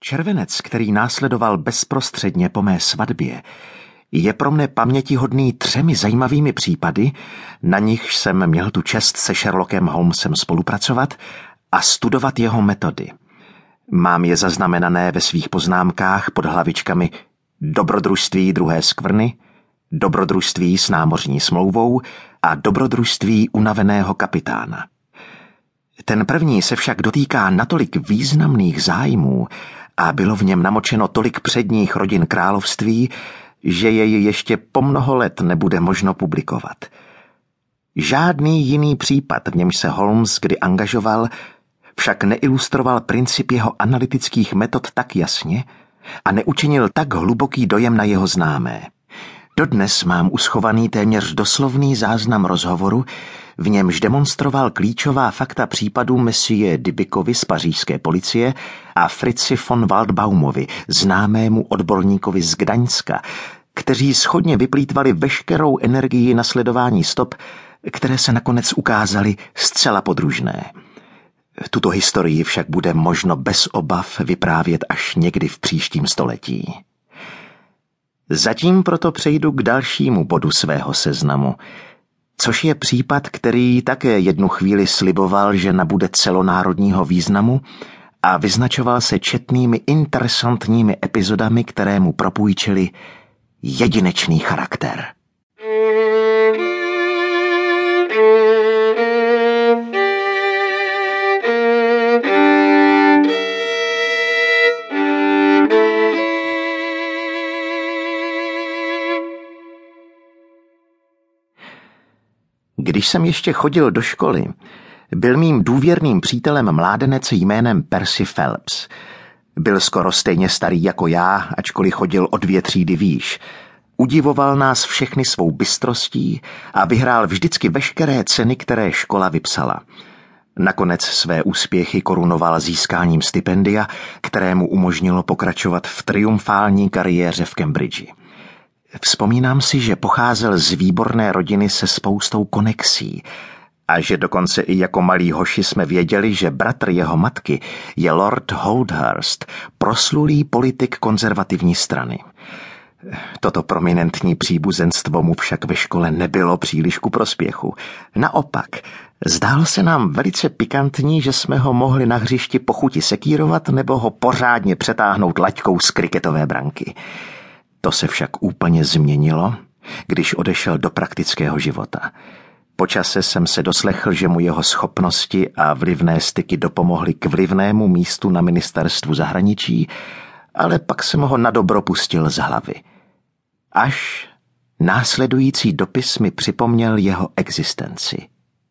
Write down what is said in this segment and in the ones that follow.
Červenec, který následoval bezprostředně po mé svatbě, je pro mne pamětihodný 3 zajímavými případy, na nichž jsem měl tu čest se Sherlockem Holmesem spolupracovat a studovat jeho metody. Mám je zaznamenané ve svých poznámkách pod hlavičkami Dobrodružství druhé skvrny, Dobrodružství s námořní smlouvou a Dobrodružství unaveného kapitána. Ten první se však dotýká natolik významných zájmů a bylo v něm namočeno tolik předních rodin království, že jej ještě po mnoho let nebude možno publikovat. Žádný jiný případ, v němž se Holmes kdy angažoval, však neilustroval princip jeho analytických metod tak jasně a neučinil tak hluboký dojem na jeho známé. Dodnes mám uschovaný téměř doslovný záznam rozhovoru, v němž demonstroval klíčová fakta případů Monsieur Dybickovi z pařížské policie a Fritzi von Waldbaumovi, známému odborníkovi z Gdaňska, kteří shodně vyplýtvali veškerou energii na sledování stop, které se nakonec ukázaly zcela podružné. Tuto historii však bude možno bez obav vyprávět až někdy v příštím století. Zatím proto přejdu k dalšímu bodu svého seznamu, což je případ, který také jednu chvíli sliboval, že nabude celonárodního významu a vyznačoval se četnými interesantními epizodami, které mu propůjčily jedinečný charakter. Když jsem ještě chodil do školy, byl mým důvěrným přítelem mládenec jménem Percy Phelps. Byl skoro stejně starý jako já, ačkoliv chodil o 2 třídy výš. Udivoval nás všechny svou bystrostí a vyhrál vždycky veškeré ceny, které škola vypsala. Nakonec své úspěchy korunoval získáním stipendia, které mu umožnilo pokračovat v triumfální kariéře v Cambridge. Vzpomínám si, že pocházel z výborné rodiny se spoustou konexí a že dokonce i jako malí hoši jsme věděli, že bratr jeho matky je Lord Holdhurst, proslulý politik konzervativní strany. Toto prominentní příbuzenstvo mu však ve škole nebylo příliš ku prospěchu. Naopak, zdálo se nám velice pikantní, že jsme ho mohli na hřišti po chuti sekírovat nebo ho pořádně přetáhnout laťkou z kriketové branky. To se však úplně změnilo, když odešel do praktického života. Po čase jsem se doslechl, že mu jeho schopnosti a vlivné styky dopomohly k vlivnému místu na ministerstvu zahraničí, ale pak jsem ho nadobro pustil z hlavy. Až následující dopis mi připomněl jeho existenci.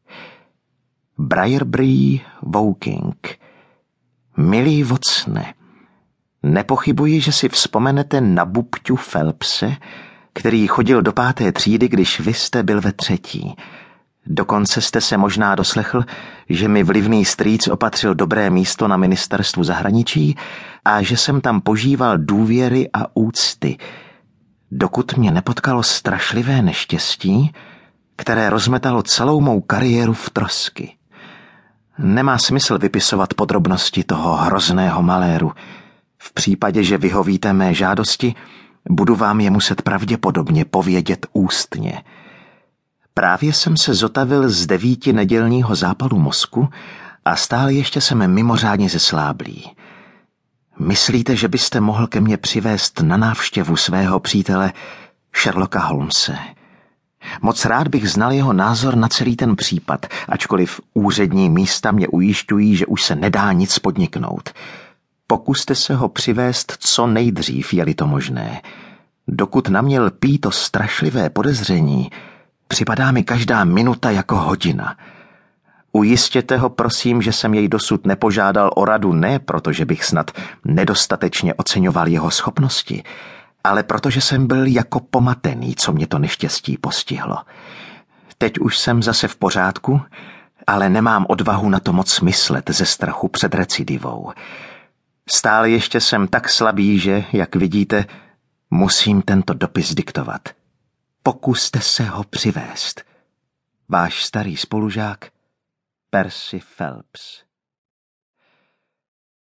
Briarbury Woking. Milý Watsone, nepochybuji, že si vzpomenete na Bubťu Phelpse, který chodil do 5. třídy, když vy jste byl ve 3. Dokonce jste se možná doslechl, že mi vlivný strýc opatřil dobré místo na ministerstvu zahraničí a že jsem tam požíval důvěry a úcty, dokud mě nepotkalo strašlivé neštěstí, které rozmetalo celou mou kariéru v trosky. Nemá smysl vypisovat podrobnosti toho hrozného maléru. V případě, že vyhovíte mé žádosti, budu vám je muset pravděpodobně povědět ústně. Právě jsem se zotavil z 9 nedělního zápalu mozku a stále ještě jsem mimořádně zesláblý. Myslíte, že byste mohl ke mně přivést na návštěvu svého přítele Sherlocka Holmese? Moc rád bych znal jeho názor na celý ten případ, ačkoliv úřední místa mě ujišťují, že už se nedá nic podniknout. Pokuste se ho přivést co nejdřív, je-li to možné. Dokud na mě lpí to strašlivé podezření, připadá mi každá minuta jako hodina. Ujistěte ho, prosím, že jsem jej dosud nepožádal o radu, ne protože bych snad nedostatečně oceňoval jeho schopnosti, ale protože jsem byl jako pomatený, co mě to neštěstí postihlo. Teď už jsem zase v pořádku, ale nemám odvahu na to moc myslet ze strachu před recidivou. Stále ještě jsem tak slabý, že, jak vidíte, musím tento dopis diktovat. Pokuste se ho přivést. Váš starý spolužák Percy Phelps.